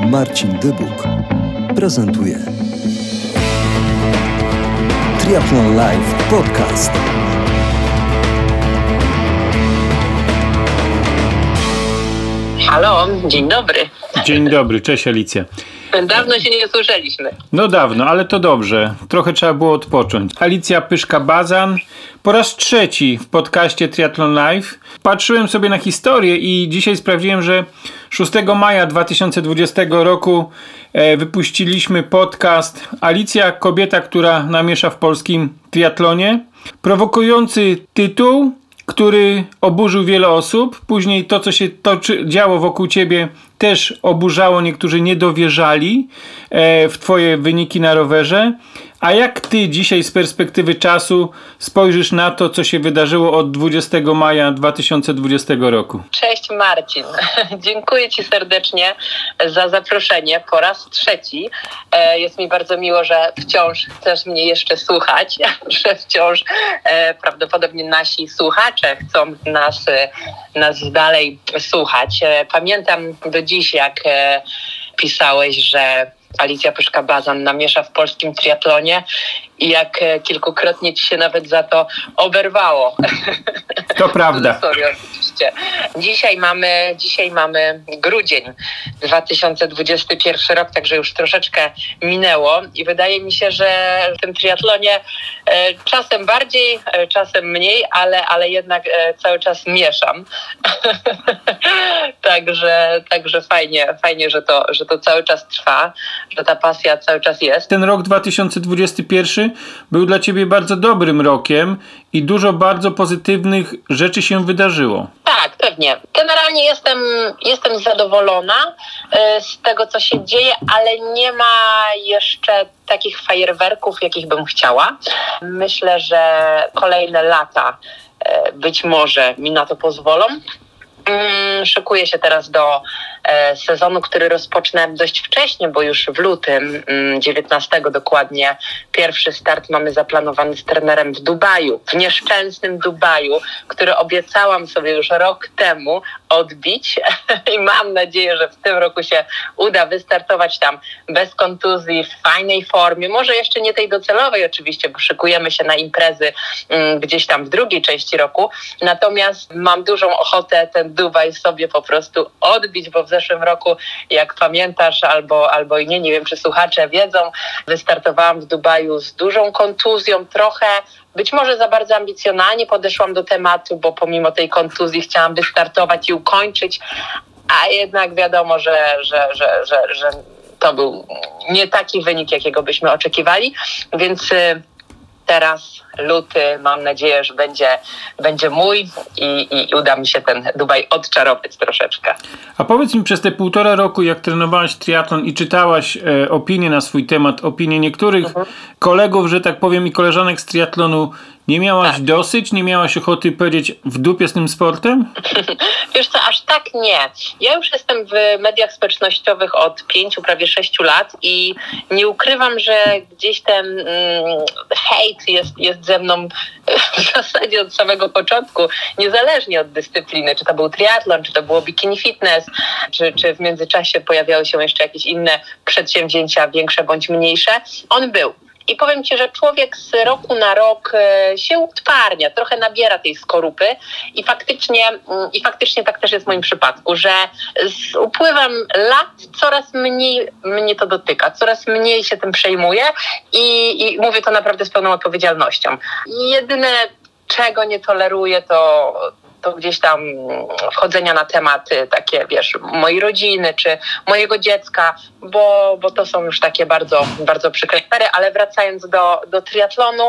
Marcin Dybuk prezentuje Triathlon Live Podcast. Halo, dzień dobry. Dzień dobry, cześć Alicja. Dawno się nie słyszeliśmy. No dawno, ale to dobrze. Trochę trzeba było odpocząć. Alicja Pyszka-Bazan po raz trzeci w podcaście Triathlon Live. Patrzyłem sobie na historię i dzisiaj sprawdziłem, że 6 maja 2020 roku wypuściliśmy podcast Alicja, kobieta, która namiesza w polskim triatlonie. Prowokujący tytuł, który oburzył wiele osób. Później to, co się działo wokół ciebie, też oburzało. Niektórzy nie dowierzali w twoje wyniki na rowerze. A jak ty dzisiaj z perspektywy czasu spojrzysz na to, co się wydarzyło od 20 maja 2020 roku? Cześć Marcin. Dziękuję ci serdecznie za zaproszenie po raz trzeci. Jest mi bardzo miło, że wciąż chcesz mnie jeszcze słuchać, że wciąż prawdopodobnie nasi słuchacze chcą nas dalej słuchać. Pamiętam do dziś, jak pisałeś, że Alicja Pyszka-Bazan namiesza w polskim triatlonie i jak kilkukrotnie ci się nawet za to oberwało. To prawda. Sorry, oczywiście. Dzisiaj mamy grudzień 2021 rok, także już troszeczkę minęło i wydaje mi się, że w tym triatlonie czasem bardziej, czasem mniej, ale jednak cały czas mieszam. Także fajnie, że to cały czas trwa, że ta pasja cały czas jest. Ten rok 2021 był dla ciebie bardzo dobrym rokiem i dużo bardzo pozytywnych rzeczy się wydarzyło. Tak, pewnie. Generalnie jestem zadowolona z tego, co się dzieje, ale nie ma jeszcze takich fajerwerków, jakich bym chciała. Myślę, że kolejne lata być może mi na to pozwolą. Szykuję się teraz do sezonu, który rozpocznę dość wcześnie, bo już w lutym, 19 dokładnie, pierwszy start mamy zaplanowany z trenerem w Dubaju, w nieszczęsnym Dubaju, który obiecałam sobie już rok temu odbić i mam nadzieję, że w tym roku się uda wystartować tam bez kontuzji, w fajnej formie, może jeszcze nie tej docelowej oczywiście, bo szykujemy się na imprezy gdzieś tam w drugiej części roku, natomiast mam dużą ochotę ten Dubaj sobie po prostu odbić, bo w zeszłym roku, jak pamiętasz, albo i nie wiem, czy słuchacze wiedzą, wystartowałam w Dubaju z dużą kontuzją, trochę być może za bardzo ambicjonalnie podeszłam do tematu, bo pomimo tej kontuzji chciałam wystartować i ukończyć, a jednak wiadomo, że to był nie taki wynik, jakiego byśmy oczekiwali, więc teraz luty, mam nadzieję, że będzie mój i uda mi się ten Dubaj odczarować troszeczkę. A powiedz mi, przez te 1,5 roku, jak trenowałaś triatlon i czytałaś opinie na swój temat, opinie niektórych kolegów, że tak powiem, i koleżanek z triatlonu, nie miałaś dosyć? Nie miałaś ochoty powiedzieć w dupie z tym sportem? Wiesz co, aż tak nie. Ja już jestem w mediach społecznościowych od 5, prawie 6 lat i nie ukrywam, że gdzieś ten hejt jest ze mną w zasadzie od samego początku, niezależnie od dyscypliny, czy to był triatlon, czy to było bikini fitness, czy w międzyczasie pojawiały się jeszcze jakieś inne przedsięwzięcia, większe bądź mniejsze. On był. I powiem ci, że człowiek z roku na rok się utwarnia, trochę nabiera tej skorupy i faktycznie tak też jest w moim przypadku, że z upływem lat coraz mniej mnie to dotyka, coraz mniej się tym przejmuję i mówię to naprawdę z pełną odpowiedzialnością. Jedyne, czego nie toleruję, to gdzieś tam wchodzenia na tematy takie, wiesz, mojej rodziny czy mojego dziecka, bo to są już takie bardzo, bardzo przykre sfery, ale wracając do triatlonu,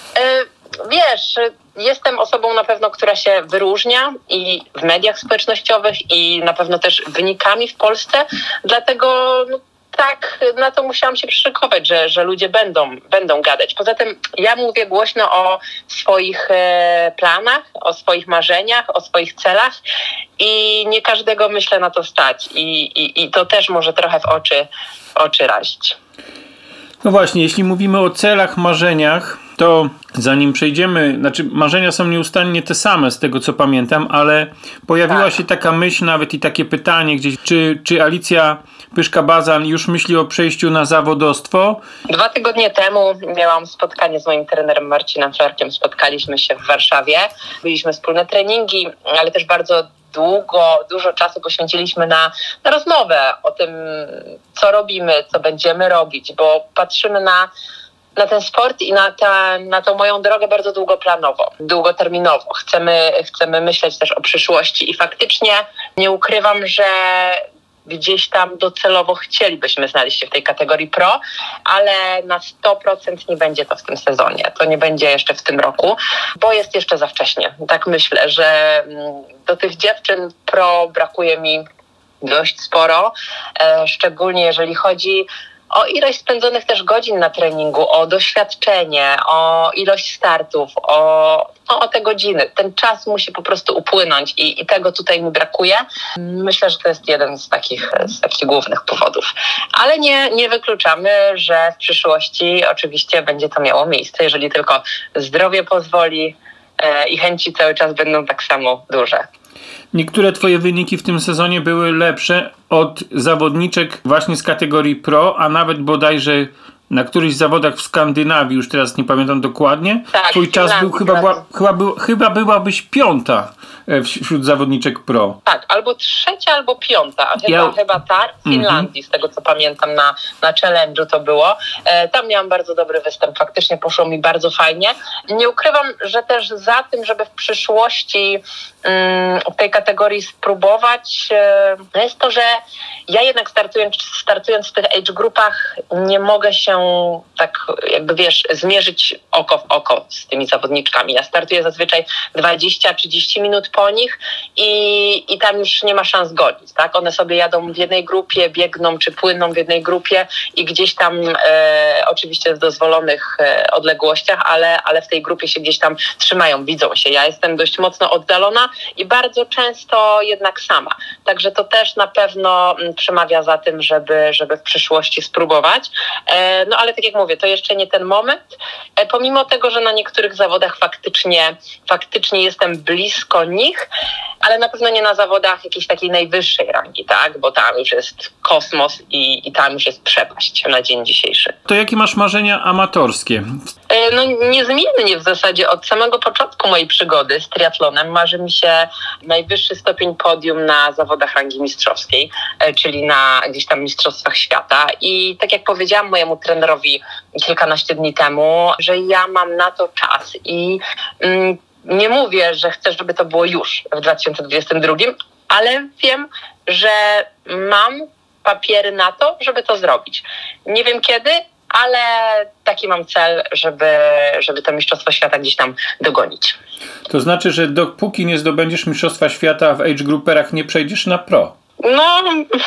wiesz, jestem osobą na pewno, która się wyróżnia i w mediach społecznościowych i na pewno też wynikami w Polsce, dlatego tak, na to musiałam się przyszykować, że ludzie będą gadać. Poza tym ja mówię głośno o swoich planach, o swoich marzeniach, o swoich celach i nie każdego, myślę, na to stać. I to też może trochę w oczy razić. No właśnie, jeśli mówimy o celach, marzeniach, to zanim przejdziemy, marzenia są nieustannie te same z tego co pamiętam, ale pojawiła się taka myśl nawet i takie pytanie gdzieś, czy Alicja Pyszka-Bazan już myśli o przejściu na zawodowstwo? 2 tygodnie temu miałam spotkanie z moim trenerem Marcinem Florkiem. Spotkaliśmy się w Warszawie. Byliśmy wspólne treningi, ale też bardzo dużo czasu poświęciliśmy na rozmowę o tym, co robimy, co będziemy robić, bo patrzymy na ten sport i na tą moją drogę bardzo długoterminowo. Chcemy myśleć też o przyszłości i faktycznie nie ukrywam, że gdzieś tam docelowo chcielibyśmy znaleźć się w tej kategorii pro, ale na 100% nie będzie to w tym sezonie. To nie będzie jeszcze w tym roku, bo jest jeszcze za wcześnie. Tak myślę, że do tych dziewczyn pro brakuje mi dość sporo, szczególnie jeżeli chodzi o ilość spędzonych też godzin na treningu, o doświadczenie, o ilość startów, o te godziny. Ten czas musi po prostu upłynąć i tego tutaj mi brakuje. Myślę, że to jest jeden z takich głównych powodów. Ale nie wykluczamy, że w przyszłości oczywiście będzie to miało miejsce, jeżeli tylko zdrowie pozwoli i chęci cały czas będą tak samo duże. Niektóre twoje wyniki w tym sezonie były lepsze od zawodniczek właśnie z kategorii pro, a nawet bodajże na którychś zawodach w Skandynawii, już teraz nie pamiętam dokładnie. Tak, twój czas był chyba byłabyś 5. wśród zawodniczek pro. Tak, albo 3, albo 5. Chyba tak, w Finlandii, z tego co pamiętam, na challenge'u to było. Tam miałam bardzo dobry występ, faktycznie poszło mi bardzo fajnie. Nie ukrywam, że też za tym, żeby w przyszłości w tej kategorii spróbować, jest to, że ja jednak startując w tych age grupach nie mogę się tak zmierzyć oko w oko z tymi zawodniczkami. Ja startuję zazwyczaj 20-30 minut po nich i tam już nie ma szans gonić, tak? One sobie jadą w jednej grupie, biegną czy płyną w jednej grupie i gdzieś tam oczywiście w dozwolonych odległościach, ale w tej grupie się gdzieś tam trzymają, widzą się. Ja jestem dość mocno oddalona i bardzo często jednak sama. Także to też na pewno przemawia za tym, żeby w przyszłości spróbować. No ale tak jak mówię, to jeszcze nie ten moment. Pomimo tego, że na niektórych zawodach faktycznie jestem blisko nich, ale na pewno nie na zawodach jakiejś takiej najwyższej rangi, tak? Bo tam już jest kosmos i tam już jest przepaść na dzień dzisiejszy. To jakie masz marzenia amatorskie? No niezmiennie w zasadzie od samego początku mojej przygody z triatlonem marzy mi się najwyższy stopień podium na zawodach rangi mistrzowskiej, czyli na gdzieś tam mistrzostwach świata. I tak jak powiedziałam mojemu trenerowi kilkanaście dni temu, że ja mam na to czas i nie mówię, że chcę, żeby to było już w 2022, ale wiem, że mam papiery na to, żeby to zrobić. Nie wiem kiedy, ale taki mam cel, żeby to Mistrzostwo Świata gdzieś tam dogonić. To znaczy, że dopóki nie zdobędziesz Mistrzostwa Świata w age grouperach, nie przejdziesz na pro? No,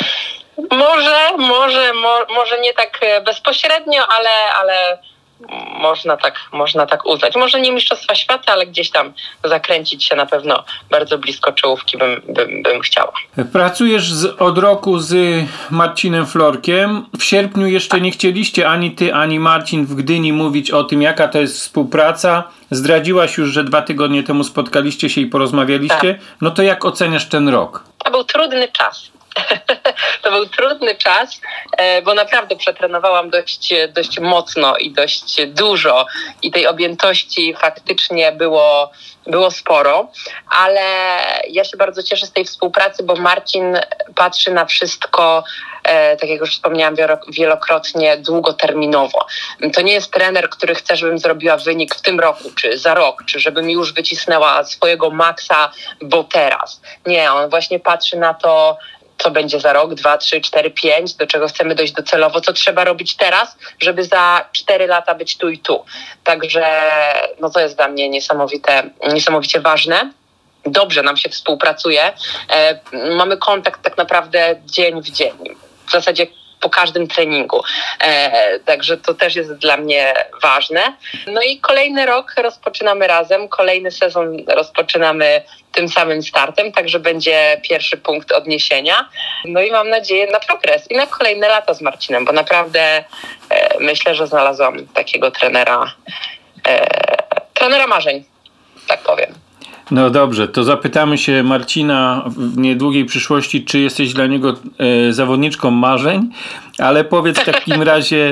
może nie tak bezpośrednio, ale można tak uznać. Może nie Mistrzostwa Świata, ale gdzieś tam zakręcić się na pewno bardzo blisko czołówki bym chciała. Pracujesz od roku z Marcinem Florkiem. W sierpniu jeszcze nie chcieliście ani ty, ani Marcin w Gdyni mówić o tym, jaka to jest współpraca. Zdradziłaś już, że 2 tygodnie temu spotkaliście się i porozmawialiście. Tak. No to jak oceniasz ten rok? To był trudny czas. To był trudny czas, bo naprawdę przetrenowałam dość mocno i dość dużo i tej objętości faktycznie było sporo, ale ja się bardzo cieszę z tej współpracy, bo Marcin patrzy na wszystko, tak jak już wspomniałam wielokrotnie, długoterminowo. To nie jest trener, który chce, żebym zrobiła wynik w tym roku, czy za rok, czy żebym już wycisnęła swojego maksa, bo teraz. Nie, on właśnie patrzy na to, co będzie za rok, 2, 3, 4, 5, do czego chcemy dojść docelowo, co trzeba robić teraz, żeby za 4 lata być tu i tu. Także no to jest dla mnie niesamowicie ważne. Dobrze nam się współpracuje. Mamy kontakt tak naprawdę dzień w dzień. W zasadzie po każdym treningu. Także to też jest dla mnie ważne. No i kolejny rok rozpoczynamy razem, kolejny sezon rozpoczynamy tym samym startem, także będzie pierwszy punkt odniesienia. No i mam nadzieję na progres i na kolejne lata z Marcinem, bo naprawdę myślę, że znalazłam takiego trenera, trenera marzeń, tak powiem. No dobrze, to zapytamy się Marcina w niedługiej przyszłości, czy jesteś dla niego zawodniczką marzeń, ale powiedz w takim razie,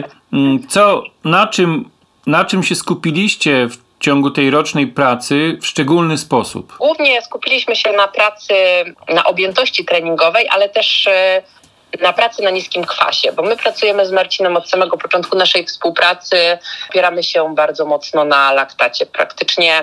na czym się skupiliście w ciągu tej rocznej pracy w szczególny sposób? Głównie skupiliśmy się na pracy, na objętości treningowej, ale też na pracy na niskim kwasie, bo my pracujemy z Marcinem od samego początku naszej współpracy, opieramy się bardzo mocno na laktacie. Praktycznie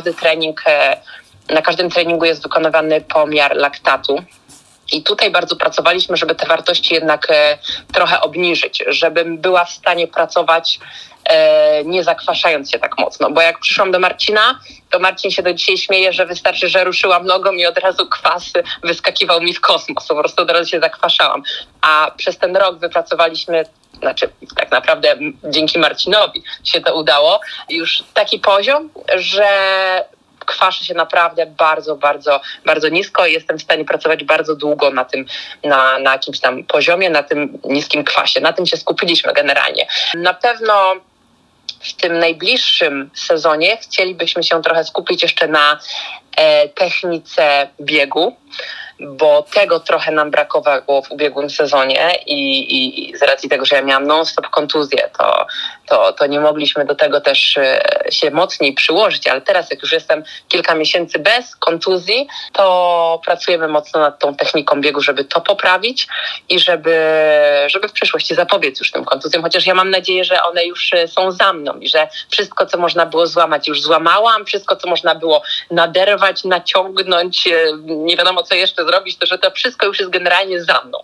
na każdym treningu jest wykonywany pomiar laktatu. I tutaj bardzo pracowaliśmy, żeby te wartości jednak trochę obniżyć, żebym była w stanie pracować nie zakwaszając się tak mocno. Bo jak przyszłam do Marcina, to Marcin się do dzisiaj śmieje, że wystarczy, że ruszyłam nogą i od razu kwas wyskakiwał mi w kosmos. Po prostu od razu się zakwaszałam. A przez ten rok wypracowaliśmy, tak naprawdę dzięki Marcinowi się to udało, już taki poziom, że kwaszę się naprawdę bardzo, bardzo, bardzo nisko i jestem w stanie pracować bardzo długo na jakimś tam poziomie, na tym niskim kwasie. Na tym się skupiliśmy generalnie. Na pewno w tym najbliższym sezonie chcielibyśmy się trochę skupić jeszcze na technice biegu, bo tego trochę nam brakowało w ubiegłym sezonie i z racji tego, że ja miałam non-stop kontuzję, to nie mogliśmy do tego też się mocniej przyłożyć, ale teraz jak już jestem kilka miesięcy bez kontuzji, to pracujemy mocno nad tą techniką biegu, żeby to poprawić i żeby w przyszłości zapobiec już tym kontuzjom, chociaż ja mam nadzieję, że one już są za mną i że wszystko, co można było złamać, już złamałam, wszystko, co można było naderwać, naciągnąć, nie wiadomo co jeszcze zrobić, to że to wszystko już jest generalnie za mną.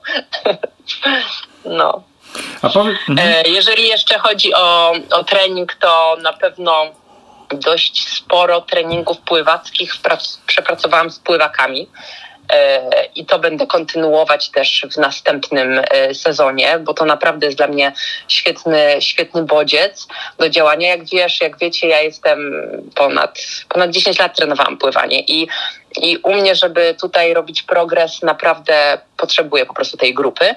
No. Jeżeli jeszcze chodzi o trening, to na pewno dość sporo treningów pływackich przepracowałam z pływakami. I to będę kontynuować też w następnym sezonie, bo to naprawdę jest dla mnie świetny bodziec do działania. Jak wiecie, ja jestem ponad 10 lat trenowałam pływanie i u mnie, żeby tutaj robić progres, naprawdę potrzebuję po prostu tej grupy.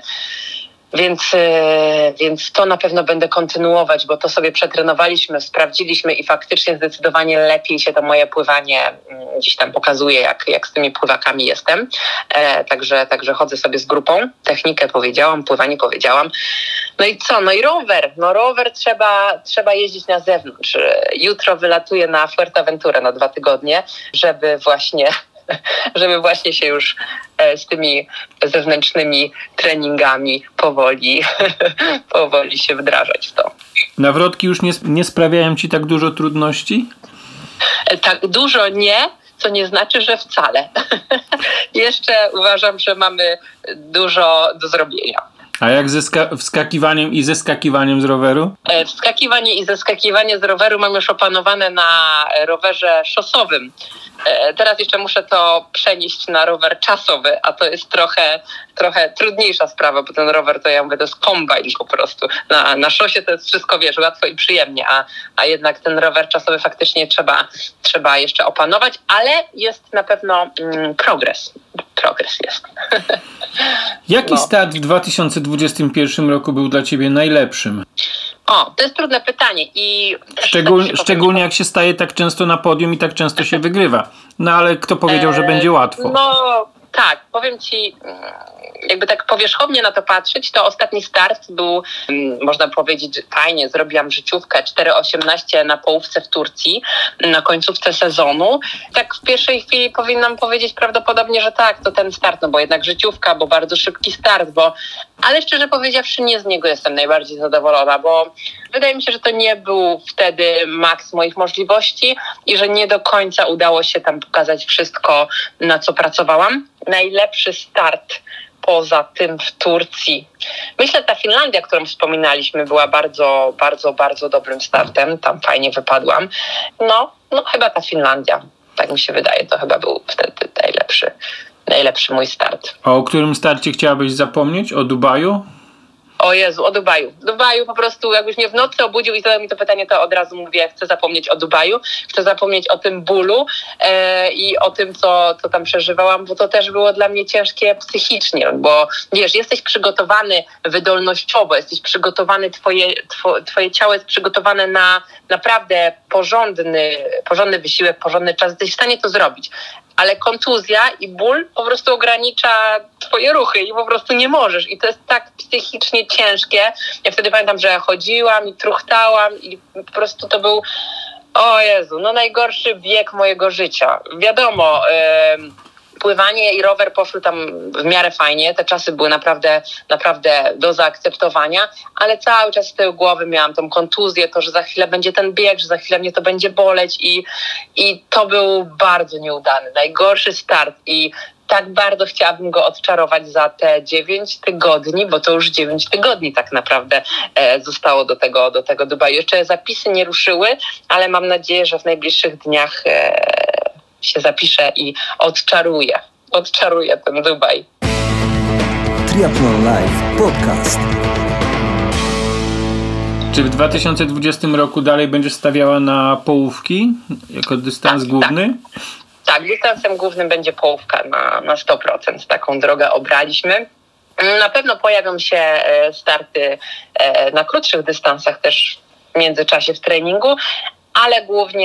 Więc to na pewno będę kontynuować, bo to sobie przetrenowaliśmy, sprawdziliśmy i faktycznie zdecydowanie lepiej się to moje pływanie gdzieś tam pokazuje, jak z tymi pływakami jestem. Także chodzę sobie z grupą. Technikę powiedziałam, pływanie powiedziałam. No i co? No i rower. No rower trzeba jeździć na zewnątrz. Jutro wylatuję na Fuerteventurę na 2 tygodnie, żeby właśnie się już z tymi zewnętrznymi treningami powoli się wdrażać w to. Nawrotki już nie sprawiają ci tak dużo trudności? Tak dużo nie, co nie znaczy, że wcale. Jeszcze uważam, że mamy dużo do zrobienia. A jak ze wskakiwaniem i zeskakiwaniem z roweru? Wskakiwanie i zeskakiwanie z roweru mam już opanowane na rowerze szosowym. Teraz jeszcze muszę to przenieść na rower czasowy, a to jest trochę trudniejsza sprawa, bo ten rower to ja mówię, to jest kombajn po prostu. Na szosie to jest wszystko, łatwo i przyjemnie, a jednak ten rower czasowy faktycznie trzeba jeszcze opanować, ale jest na pewno progres. Progres jest. Jaki start w 2021 roku był dla ciebie najlepszym? To jest trudne pytanie. I szczególnie jak się staje tak często na podium i tak często się wygrywa. No ale kto powiedział, że będzie łatwo? No tak, powiem ci, jakby tak powierzchownie na to patrzeć, to ostatni start był, można powiedzieć, fajnie, zrobiłam życiówkę 4,18 na połówce w Turcji, na końcówce sezonu. Tak w pierwszej chwili powinnam powiedzieć prawdopodobnie, że tak, to ten start, no bo jednak życiówka, bo bardzo szybki start, ale szczerze powiedziawszy nie z niego jestem najbardziej zadowolona, bo wydaje mi się, że to nie był wtedy maks moich możliwości i że nie do końca udało się tam pokazać wszystko, na co pracowałam. Najlepszy start poza tym w Turcji. Myślę, ta Finlandia, którą wspominaliśmy, była bardzo, bardzo, bardzo dobrym startem. Tam fajnie wypadłam. No chyba ta Finlandia. Tak mi się wydaje. To chyba był wtedy najlepszy mój start. A o którym starcie chciałabyś zapomnieć? O Dubaju? O Jezu, o Dubaju. Dubaju po prostu, jakbyś mnie w nocy obudził i zadał mi to pytanie, to od razu mówię, chcę zapomnieć o Dubaju, chcę zapomnieć o tym bólu i o tym, co tam przeżywałam, bo to też było dla mnie ciężkie psychicznie, bo wiesz, jesteś przygotowany wydolnościowo, jesteś przygotowany, twoje ciało jest przygotowane na naprawdę porządny wysiłek, porządny czas, jesteś w stanie to zrobić. Ale kontuzja i ból po prostu ogranicza twoje ruchy i po prostu nie możesz. I to jest tak psychicznie ciężkie. Ja wtedy pamiętam, że chodziłam i truchtałam i po prostu to był, o Jezu, najgorszy bieg mojego życia. Wiadomo, pływanie i rower poszły tam w miarę fajnie. Te czasy były naprawdę do zaakceptowania, ale cały czas z tyłu głowy miałam tą kontuzję, to, że za chwilę będzie ten bieg, że za chwilę mnie to będzie boleć i to był bardzo nieudany, najgorszy start i tak bardzo chciałabym go odczarować za te 9 tygodni, bo to już 9 tygodni tak naprawdę zostało do tego Dubaju. Jeszcze zapisy nie ruszyły, ale mam nadzieję, że w najbliższych dniach się zapiszę i odczaruję ten Dubaj. Triathlon Live Podcast. Czy w 2020 roku dalej będziesz stawiała na połówki jako dystans główny? Tak, dystansem głównym będzie połówka na 100%. Taką drogę obraliśmy. Na pewno pojawią się starty na krótszych dystansach też w międzyczasie w treningu, ale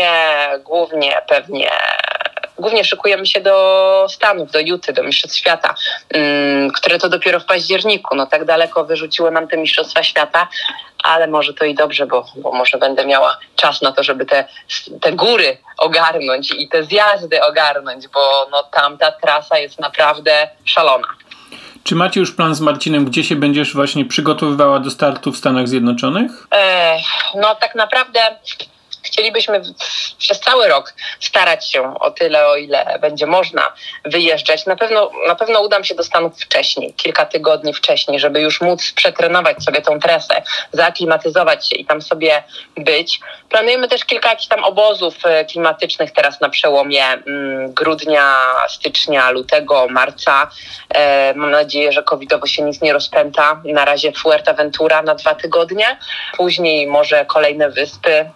głównie szykujemy się do Stanów, do Juty, do Mistrzostw Świata, które to dopiero w październiku. Tak daleko wyrzuciło nam te Mistrzostwa Świata, ale może to i dobrze, bo może będę miała czas na to, żeby te góry ogarnąć i te zjazdy ogarnąć, bo tamta trasa jest naprawdę szalona. Czy macie już plan z Marcinem, gdzie się będziesz właśnie przygotowywała do startu w Stanach Zjednoczonych? Tak naprawdę chcielibyśmy przez cały rok starać się o tyle, o ile będzie można wyjeżdżać. Na pewno udam się do Stanów wcześniej, kilka tygodni wcześniej, żeby już móc przetrenować sobie tą trasę, zaaklimatyzować się i tam sobie być. Planujemy też kilka jakichś tam obozów klimatycznych teraz na przełomie grudnia, stycznia, lutego, marca. Mam nadzieję, że covidowo się nic nie rozpęta. Na razie Fuerteventura na 2 tygodnie, później może kolejne wyspy.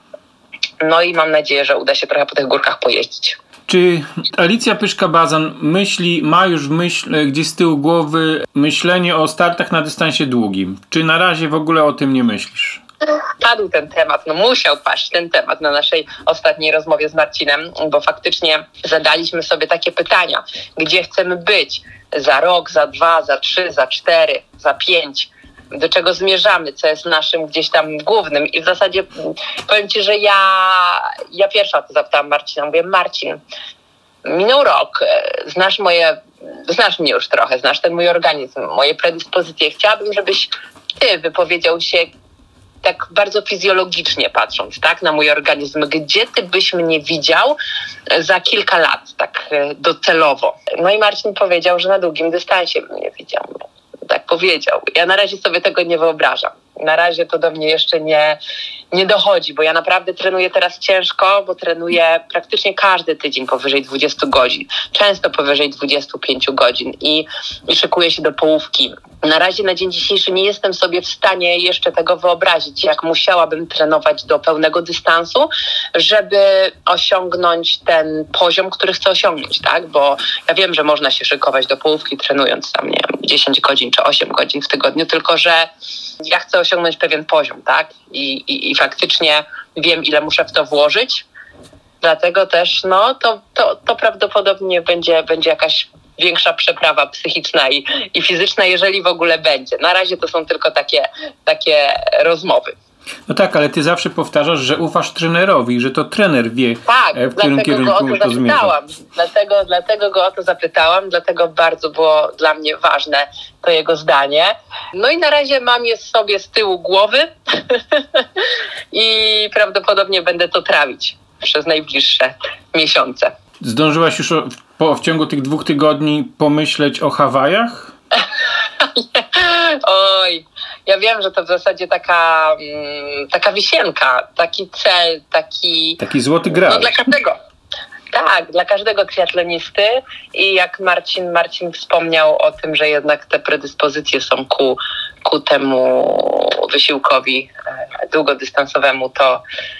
I mam nadzieję, że uda się trochę po tych górkach pojeździć. Czy Alicja Pyszka-Bazan ma już gdzieś z tyłu głowy myślenie o startach na dystansie długim? Czy na razie w ogóle o tym nie myślisz? Padł ten temat, musiał paść ten temat na naszej ostatniej rozmowie z Marcinem, bo faktycznie zadaliśmy sobie takie pytania, gdzie chcemy być za rok, za 2, za 3, za 4, za 5, do czego zmierzamy, co jest naszym gdzieś tam głównym. I w zasadzie powiem Ci, że ja pierwsza to zapytałam Marcina. Mówię, Marcin, minął rok, znasz mnie już trochę, znasz ten mój organizm, moje predyspozycje. Chciałabym, żebyś Ty wypowiedział się tak bardzo fizjologicznie patrząc, tak, na mój organizm. Gdzie Ty byś mnie widział za kilka lat, tak docelowo? I Marcin powiedział, że na długim dystansie bym mnie widział. Tak powiedział. Ja na razie sobie tego nie wyobrażam. Na razie to do mnie jeszcze nie dochodzi, bo ja naprawdę trenuję teraz ciężko, bo trenuję praktycznie każdy tydzień powyżej 20 godzin. Często powyżej 25 godzin i szykuję się do połówki. Na razie na dzień dzisiejszy nie jestem sobie w stanie jeszcze tego wyobrazić, jak musiałabym trenować do pełnego dystansu, żeby osiągnąć ten poziom, który chcę osiągnąć, tak? Bo ja wiem, że można się szykować do połówki trenując tam, 10 godzin czy 8 godzin w tygodniu, tylko że ja chcę osiągnąć pewien poziom, tak? I faktycznie wiem, ile muszę w to włożyć. Dlatego też, to prawdopodobnie będzie jakaś większa przeprawa psychiczna i fizyczna, jeżeli w ogóle będzie. Na razie to są tylko takie rozmowy. No tak, ale Ty zawsze powtarzasz, że ufasz trenerowi, że to trener wie, w którym kierunku to zmierza. Dlatego go o to zapytałam, dlatego bardzo było dla mnie ważne to jego zdanie. I na razie mam je sobie z tyłu głowy i prawdopodobnie będę to trawić przez najbliższe miesiące. Zdążyłaś już w ciągu tych 2 tygodni pomyśleć o Hawajach? Oj, ja wiem, że to w zasadzie taka wisienka, taki cel, taki złoty graal. Dla każdego. Tak, dla każdego triatlonisty i jak Marcin wspomniał o tym, że jednak te predyspozycje są ku temu wysiłkowi długodystansowemu, to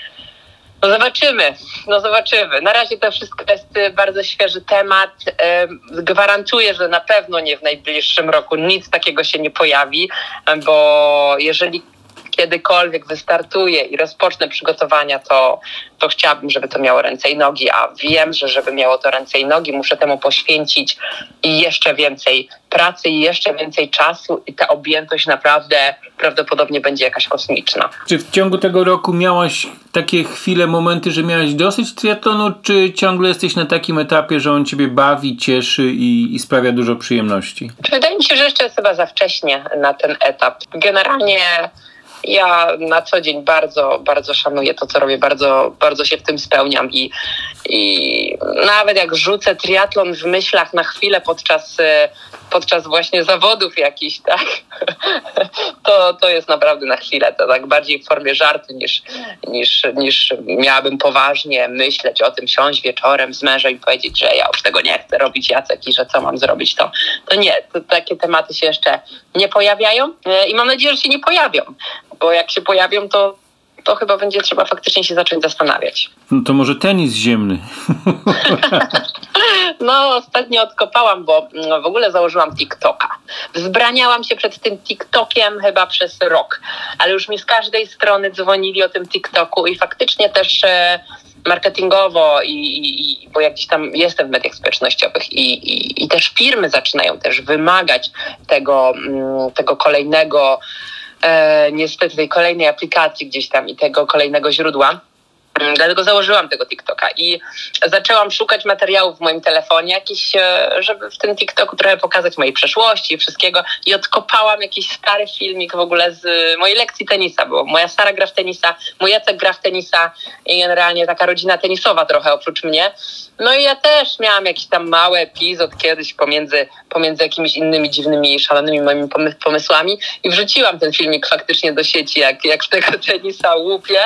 zobaczymy. Na razie to wszystko jest bardzo świeży temat. Gwarantuję, że na pewno nie w najbliższym roku nic takiego się nie pojawi, bo jeżeli kiedykolwiek wystartuję i rozpocznę przygotowania, to chciałabym, żeby to miało ręce i nogi, a wiem, że żeby miało to ręce i nogi, muszę temu poświęcić i jeszcze więcej pracy i jeszcze więcej czasu i ta objętość naprawdę prawdopodobnie będzie jakaś kosmiczna. Czy w ciągu tego roku miałaś takie chwile, momenty, że miałaś dosyć triatlonu, czy ciągle jesteś na takim etapie, że on ciebie bawi, cieszy i sprawia dużo przyjemności? Wydaje mi się, że jeszcze jest chyba za wcześnie na ten etap. Generalnie ja na co dzień bardzo, bardzo szanuję to, co robię, bardzo, bardzo się w tym spełniam i nawet jak rzucę triatlon w myślach na chwilę podczas właśnie zawodów jakichś, tak, to jest naprawdę na chwilę, to tak bardziej w formie żartu niż miałabym poważnie myśleć o tym, siąść wieczorem z mężem i powiedzieć, że ja już tego nie chcę robić, Jacek, i że co mam zrobić, to nie, takie tematy się jeszcze nie pojawiają i mam nadzieję, że się nie pojawią, bo jak się pojawią, to chyba będzie trzeba faktycznie się zacząć zastanawiać. No to może tenis ziemny. No, ostatnio odkopałam, bo w ogóle założyłam TikToka. Wzbraniałam się przed tym TikTokiem chyba przez rok, ale już mi z każdej strony dzwonili o tym TikToku i faktycznie też marketingowo bo jak gdzieś tam jestem w mediach społecznościowych i też firmy zaczynają też wymagać tego kolejnego niestety tej kolejnej aplikacji gdzieś tam i tego kolejnego źródła. Dlatego założyłam tego TikToka i zaczęłam szukać materiałów w moim telefonie jakiś, żeby w tym TikToku trochę pokazać mojej przeszłości i wszystkiego i odkopałam jakiś stary filmik w ogóle z mojej lekcji tenisa, bo moja Sara gra w tenisa, mój Jacek gra w tenisa i generalnie taka rodzina tenisowa trochę oprócz mnie. No i ja też miałam jakiś tam mały epizod kiedyś pomiędzy jakimiś innymi dziwnymi, szalonymi moimi pomysłami i wrzuciłam ten filmik faktycznie do sieci, jak w tego tenisa łupię.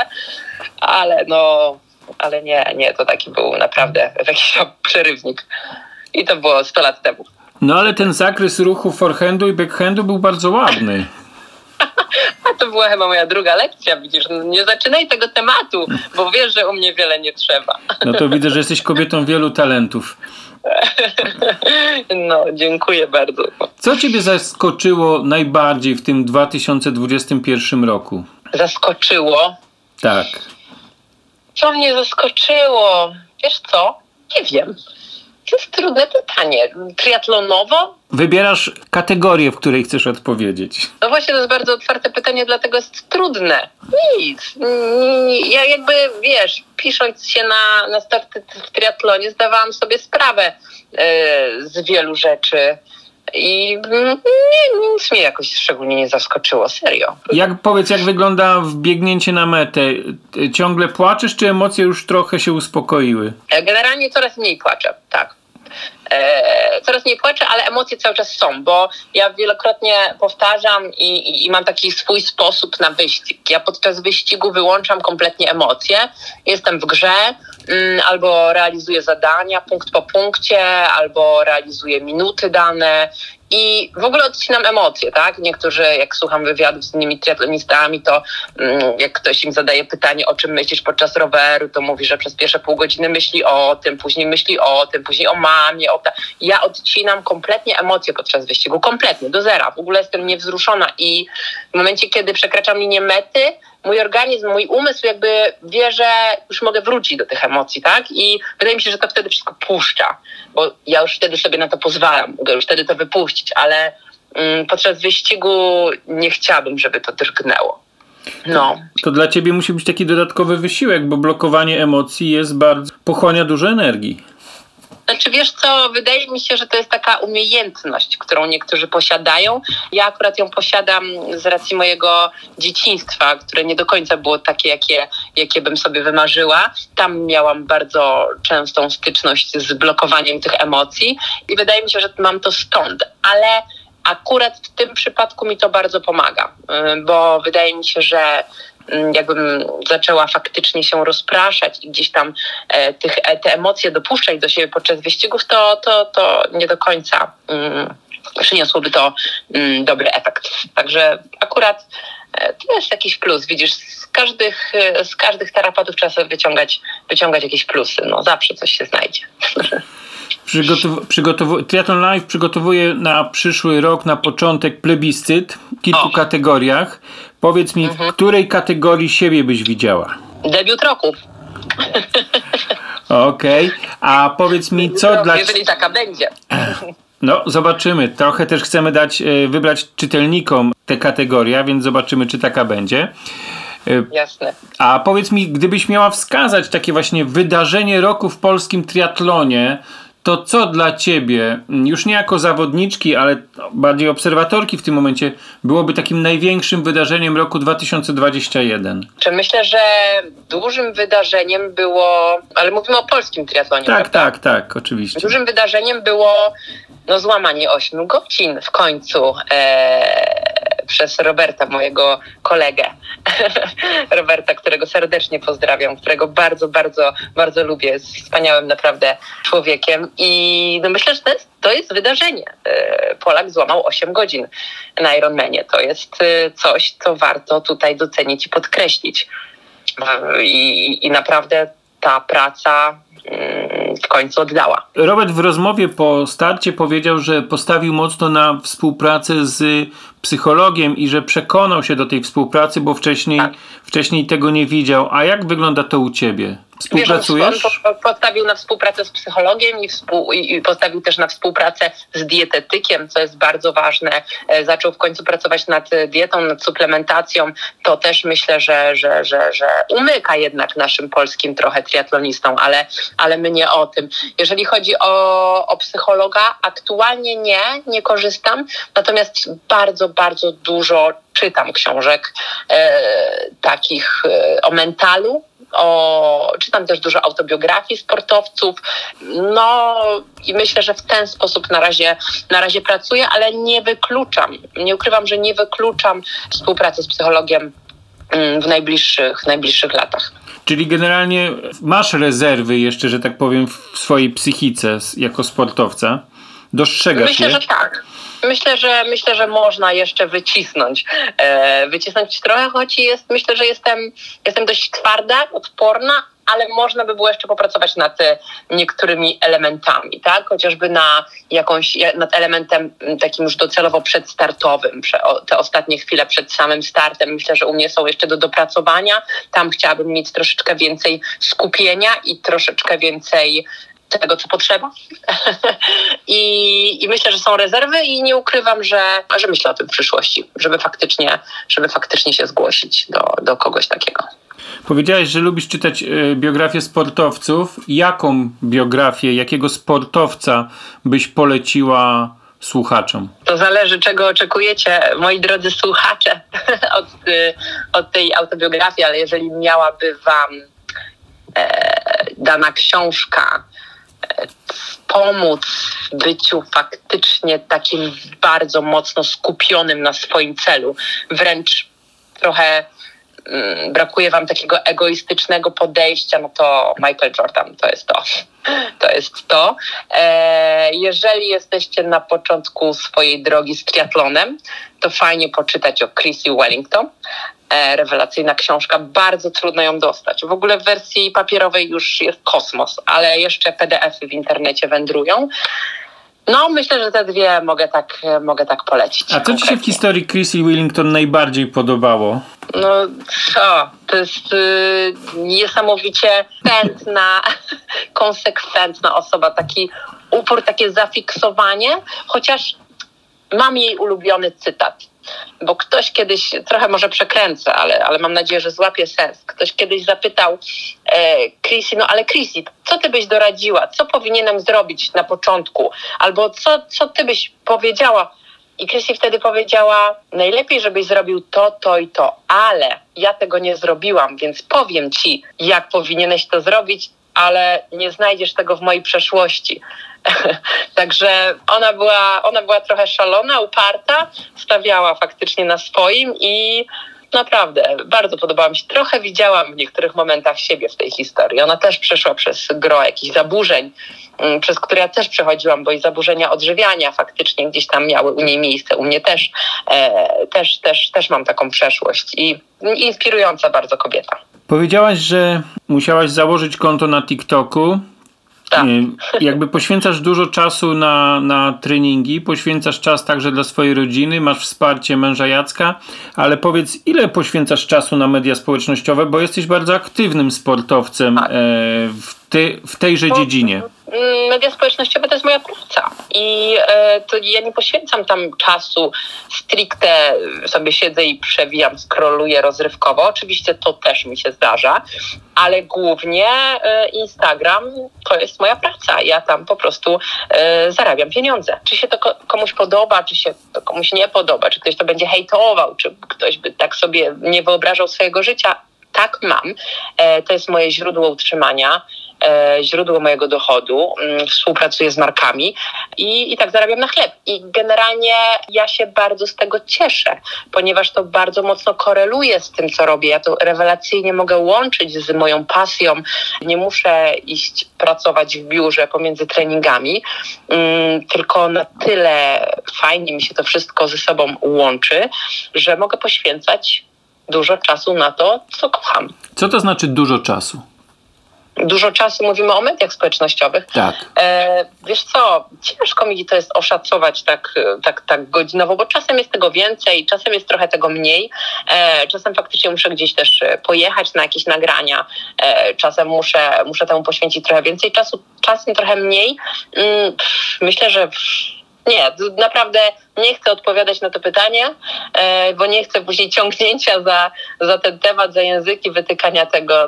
Ale nie, to taki był naprawdę jakiś tam przerywnik. I to było 100 lat temu. No ale ten zakres ruchu forehandu i backhandu był bardzo ładny. A to była chyba moja druga lekcja, widzisz. Nie zaczynaj tego tematu, bo wiesz, że u mnie wiele nie trzeba. No to widzę, że jesteś kobietą wielu talentów. No, dziękuję bardzo. Co ciebie zaskoczyło najbardziej w tym 2021 roku? Zaskoczyło? Tak. Co mnie zaskoczyło? Wiesz co? Nie wiem. To jest trudne pytanie. Triatlonowo? Wybierasz kategorię, w której chcesz odpowiedzieć. No właśnie, to jest bardzo otwarte pytanie, dlatego jest trudne. Nic. Ja jakby, wiesz, pisząc się na starty w triatlonie, zdawałam sobie sprawę z wielu rzeczy. I nic mnie jakoś szczególnie nie zaskoczyło, serio. Jak wygląda wbiegnięcie na metę? Ciągle płaczesz, czy emocje już trochę się uspokoiły? Generalnie coraz mniej płaczę, tak. Coraz mniej płaczę, ale emocje cały czas są, bo ja wielokrotnie powtarzam i mam taki swój sposób na wyścig. Ja podczas wyścigu wyłączam kompletnie emocje. Jestem w grze, albo realizuję zadania punkt po punkcie, albo realizuję minuty dane i w ogóle odcinam emocje, tak? Niektórzy, jak słucham wywiadów z innymi triatlonistami, to jak ktoś im zadaje pytanie, o czym myślisz podczas roweru, to mówi, że przez pierwsze pół godziny myśli o tym, później myśli o tym, później o mamie, Ja odcinam kompletnie emocje podczas wyścigu, kompletnie, do zera. W ogóle jestem niewzruszona i w momencie, kiedy przekraczam linię mety, mój organizm, mój umysł jakby wie, że już mogę wrócić do tych emocji, tak? I wydaje mi się, że to wtedy wszystko puszcza, bo ja już wtedy sobie na to pozwalam, mogę już wtedy to wypuścić, ale podczas wyścigu nie chciałabym, żeby to drgnęło. No. To dla ciebie musi być taki dodatkowy wysiłek, bo blokowanie emocji pochłania dużo energii. Znaczy wiesz co, wydaje mi się, że to jest taka umiejętność, którą niektórzy posiadają. Ja akurat ją posiadam z racji mojego dzieciństwa, które nie do końca było takie, jakie bym sobie wymarzyła. Tam miałam bardzo częstą styczność z blokowaniem tych emocji i wydaje mi się, że mam to stąd, ale akurat w tym przypadku mi to bardzo pomaga, bo wydaje mi się, że jakbym zaczęła faktycznie się rozpraszać i gdzieś tam te emocje dopuszczać do siebie podczas wyścigów, to nie do końca przyniosłoby to dobry efekt. Także akurat to jest jakiś plus. Widzisz, z każdych tarapatów trzeba sobie wyciągać jakieś plusy. No zawsze coś się znajdzie. Triathlon Live przygotowuje na przyszły rok, na początek plebiscyt w kilku kategoriach. Powiedz mi, w której kategorii siebie byś widziała? Debiut roku. Okej. A powiedz mi, co dla... Jeżeli taka będzie. No, zobaczymy. Trochę też chcemy wybrać czytelnikom tę kategorię, więc zobaczymy, czy taka będzie. Jasne. A powiedz mi, gdybyś miała wskazać takie właśnie wydarzenie roku w polskim triatlonie, to co dla ciebie, już nie jako zawodniczki, ale bardziej obserwatorki w tym momencie, byłoby takim największym wydarzeniem roku 2021? Myślę, że dużym wydarzeniem było, ale mówimy o polskim triatlonie, Tak, oczywiście. Dużym wydarzeniem było złamanie 8 godzin w końcu przez Roberta, mojego kolegę. Roberta, którego serdecznie pozdrawiam, którego bardzo, bardzo, bardzo lubię. Jest wspaniałym naprawdę człowiekiem i myślę, że to jest wydarzenie. Polak złamał 8 godzin na Ironmanie. To jest coś, co warto tutaj docenić i podkreślić. I naprawdę ta praca w końcu oddała. Robert w rozmowie po starcie powiedział, że postawił mocno na współpracę z psychologiem i że przekonał się do tej współpracy, bo wcześniej tego nie widział. A jak wygląda to u ciebie? Współpracujesz? On postawił na współpracę z psychologiem i postawił też na współpracę z dietetykiem, co jest bardzo ważne. Zaczął w końcu pracować nad dietą, nad suplementacją. To też myślę, że umyka jednak naszym polskim trochę triatlonistom, ale my nie o tym. Jeżeli chodzi o psychologa, aktualnie nie korzystam, natomiast bardzo, bardzo dużo czytam książek takich o mentalu, czytam też dużo autobiografii sportowców, i myślę, że w ten sposób na razie pracuję, ale nie ukrywam, że nie wykluczam współpracy z psychologiem w najbliższych latach. Czyli generalnie masz rezerwy jeszcze, że tak powiem, w swojej psychice jako sportowca? Dostrzegasz je? Myślę, że tak. Myślę, że można jeszcze wycisnąć trochę, choć myślę, że jestem dość twarda, odporna, ale można by było jeszcze popracować nad niektórymi elementami, tak? Chociażby nad elementem takim już docelowo przedstartowym. Te ostatnie chwile przed samym startem myślę, że u mnie są jeszcze do dopracowania. Tam chciałabym mieć troszeczkę więcej skupienia i troszeczkę więcej tego, co potrzeba. I myślę, że są rezerwy i nie ukrywam, że myślę o tym w przyszłości, żeby faktycznie się zgłosić do kogoś takiego. Powiedziałeś, że lubisz czytać biografię sportowców. Jaką biografię, jakiego sportowca byś poleciła słuchaczom? To zależy, czego oczekujecie, moi drodzy słuchacze, od tej autobiografii, ale jeżeli miałaby wam dana książka pomóc w byciu faktycznie takim bardzo mocno skupionym na swoim celu, wręcz trochę brakuje wam takiego egoistycznego podejścia, to Michael Jordan to jest to. Jeżeli jesteście na początku swojej drogi z triatlonem, to fajnie poczytać o Chrissie Wellington. Rewelacyjna książka, bardzo trudno ją dostać. W ogóle w wersji papierowej już jest kosmos, ale jeszcze PDF-y w internecie wędrują. Myślę, że te dwie mogę tak polecić. A co ci się w historii Chrissie Wellington najbardziej podobało? To jest niesamowicie konsekwentna osoba, taki upór, takie zafiksowanie, chociaż mam jej ulubiony cytat. Bo ktoś kiedyś, trochę może przekręcę, ale mam nadzieję, że złapie sens. Ktoś kiedyś zapytał Chrissie, ale Chrissie, co ty byś doradziła? Co powinienem zrobić na początku? Albo co ty byś powiedziała? I Chrissie wtedy powiedziała, najlepiej, żebyś zrobił to i to, ale ja tego nie zrobiłam, więc powiem ci, jak powinieneś to zrobić, ale nie znajdziesz tego w mojej przeszłości. Także ona była trochę szalona, uparta, stawiała faktycznie na swoim i Naprawdę, bardzo podobała mi się. Trochę widziałam w niektórych momentach siebie w tej historii. Ona też przeszła przez gro jakichś zaburzeń, przez które ja też przechodziłam, bo i zaburzenia odżywiania faktycznie gdzieś tam miały u niej miejsce. U mnie też mam taką przeszłość i inspirująca bardzo kobieta. Powiedziałaś, że musiałaś założyć konto na TikToku. Tak. Jakby poświęcasz dużo czasu na treningi, poświęcasz czas także dla swojej rodziny, masz wsparcie męża Jacka, ale powiedz, ile poświęcasz czasu na media społecznościowe, bo jesteś bardzo aktywnym sportowcem w tejże dziedzinie. Media społecznościowe to jest moja praca i to ja nie poświęcam tam czasu stricte, sobie siedzę i przewijam, scrolluję rozrywkowo. Oczywiście to też mi się zdarza, ale głównie Instagram to jest moja praca. Ja tam po prostu zarabiam pieniądze. Czy się to komuś podoba, czy się to komuś nie podoba, czy ktoś to będzie hejtował, czy ktoś by tak sobie nie wyobrażał swojego życia. Tak mam. To jest moje źródło utrzymania, źródło mojego dochodu. Współpracuję z markami i tak zarabiam na chleb. I generalnie ja się bardzo z tego cieszę, ponieważ to bardzo mocno koreluje z tym, co robię. Ja to rewelacyjnie mogę łączyć z moją pasją. Nie muszę iść pracować w biurze pomiędzy treningami, tylko na tyle fajnie mi się to wszystko ze sobą łączy, że mogę poświęcać dużo czasu na to, co kocham. Co to znaczy dużo czasu? Dużo czasu, mówimy o mediach społecznościowych. Tak. Wiesz co, ciężko mi to jest oszacować tak godzinowo, bo czasem jest tego więcej, czasem jest trochę tego mniej. Czasem faktycznie muszę gdzieś też pojechać na jakieś nagrania. Czasem muszę temu poświęcić trochę więcej czasu, czasem trochę mniej. Myślę, że nie, naprawdę nie chcę odpowiadać na to pytanie, bo nie chcę później ciągnięcia za ten temat, za języki, wytykania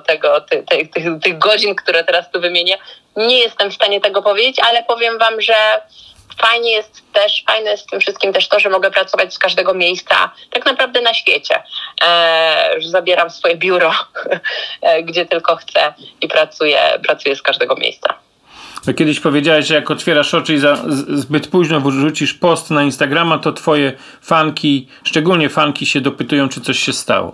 tych godzin, które teraz tu wymienię. Nie jestem w stanie tego powiedzieć, ale powiem wam, że fajne jest w tym wszystkim też to, że mogę pracować z każdego miejsca tak naprawdę na świecie. Że zabieram swoje biuro, gdzie tylko chcę i pracuję z każdego miejsca. Kiedyś powiedziałeś, że jak otwierasz oczy i zbyt późno wrzucisz post na Instagrama, to twoje fanki, szczególnie fanki, się dopytują, czy coś się stało.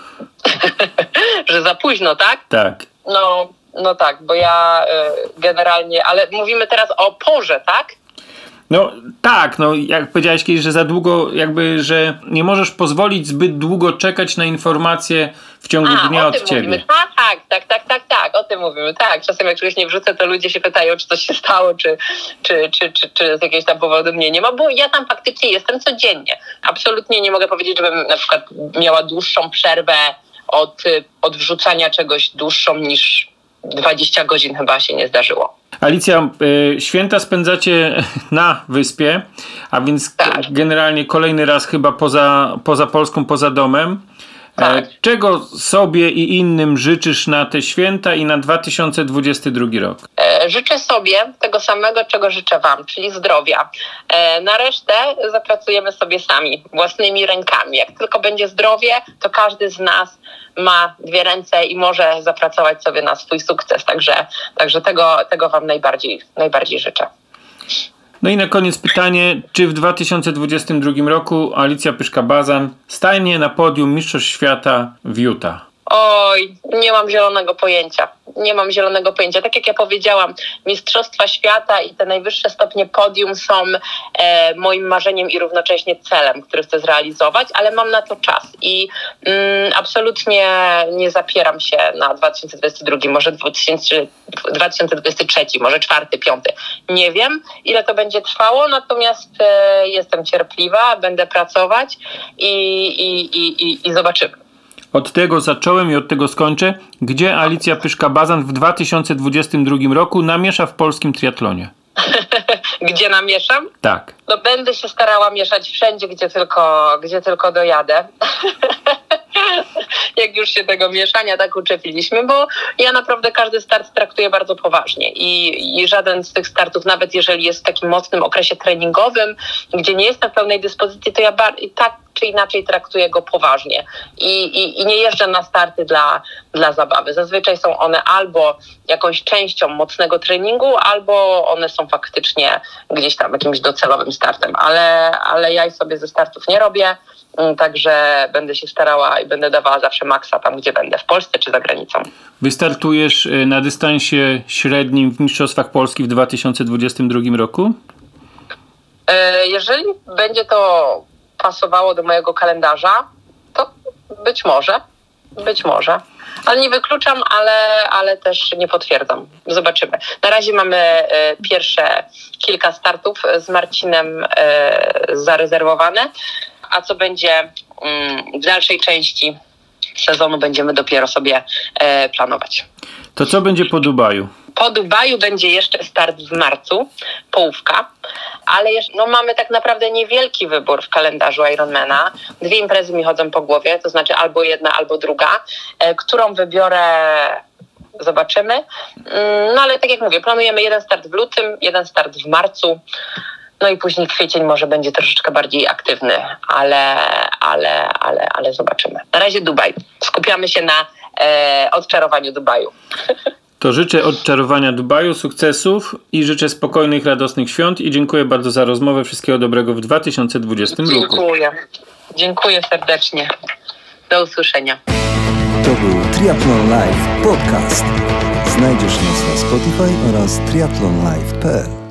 Że za późno, tak? Tak. No tak, bo ja generalnie, ale mówimy teraz o porze, tak? No tak, jak powiedziałeś kiedyś, że za długo, że nie możesz pozwolić zbyt długo czekać na informacje w ciągu dnia od ciebie. Mówimy. Tak, o tym mówimy. Tak, czasem jak czegoś nie wrzucę, to ludzie się pytają, czy coś się stało, czy z jakiegoś tam powodu mnie nie ma, bo ja tam faktycznie jestem codziennie. Absolutnie nie mogę powiedzieć, żebym na przykład miała dłuższą przerwę od wrzucania czegoś dłuższą niż 20 godzin chyba się nie zdarzyło. Alicja, święta spędzacie na wyspie, a więc generalnie kolejny raz chyba poza Polską, poza domem. Tak. Czego sobie i innym życzysz na te święta i na 2022 rok? Życzę sobie tego samego, czego życzę wam, czyli zdrowia. Na resztę zapracujemy sobie sami, własnymi rękami. Jak tylko będzie zdrowie, to każdy z nas ma 2 ręce i może zapracować sobie na swój sukces. Także tego wam najbardziej życzę. No i na koniec pytanie, czy w 2022 roku Alicja Pyszka-Bazan stanie na podium Mistrzostw Świata w Utah? Oj, nie mam zielonego pojęcia. Tak jak ja powiedziałam, Mistrzostwa Świata i te najwyższe stopnie podium są moim marzeniem i równocześnie celem, który chcę zrealizować, ale mam na to czas i absolutnie nie zapieram się na 2022, może 2023, może 4., 5. Nie wiem, ile to będzie trwało, natomiast jestem cierpliwa, będę pracować i zobaczymy. Od tego zacząłem i od tego skończę. Gdzie Alicja Pyszka-Bazan w 2022 roku namiesza w polskim triatlonie? Gdzie namieszam? Tak. No będę się starała mieszać wszędzie, gdzie tylko dojadę. jak już się tego mieszania tak uczepiliśmy, bo ja naprawdę każdy start traktuję bardzo poważnie i żaden z tych startów, nawet jeżeli jest w takim mocnym okresie treningowym, gdzie nie jestem w pełnej dyspozycji, to ja tak czy inaczej traktuję go poważnie i nie jeżdżę na starty dla zabawy. Zazwyczaj są one albo jakąś częścią mocnego treningu, albo one są faktycznie gdzieś tam jakimś docelowym startem, ale ja sobie ze startów nie robię, także będę się starała i będę dawała zawsze maksa tam, gdzie będę, w Polsce czy za granicą. Wystartujesz na dystansie średnim w Mistrzostwach Polski w 2022 roku? Jeżeli będzie to pasowało do mojego kalendarza, to być może. Ale nie wykluczam, ale też nie potwierdzam. Zobaczymy. Na razie mamy pierwsze kilka startów z Marcinem zarezerwowane, a co będzie w dalszej części sezonu będziemy dopiero sobie planować. To co będzie po Dubaju? Po Dubaju będzie jeszcze start w marcu, połówka, ale mamy tak naprawdę niewielki wybór w kalendarzu Ironmana. 2 imprezy mi chodzą po głowie, to znaczy albo jedna, albo druga. Którą wybiorę, zobaczymy. No ale tak jak mówię, planujemy jeden start w lutym, jeden start w marcu. No i później kwiecień może będzie troszeczkę bardziej aktywny, ale zobaczymy. Na razie Dubaj. Skupiamy się na odczarowaniu Dubaju. To życzę odczarowania Dubaju, sukcesów i życzę spokojnych, radosnych świąt i dziękuję bardzo za rozmowę. Wszystkiego dobrego w 2020 roku. Dziękuję serdecznie. Do usłyszenia. To był Triathlon Live Podcast. Znajdziesz nas na Spotify oraz triathlonlive.pl.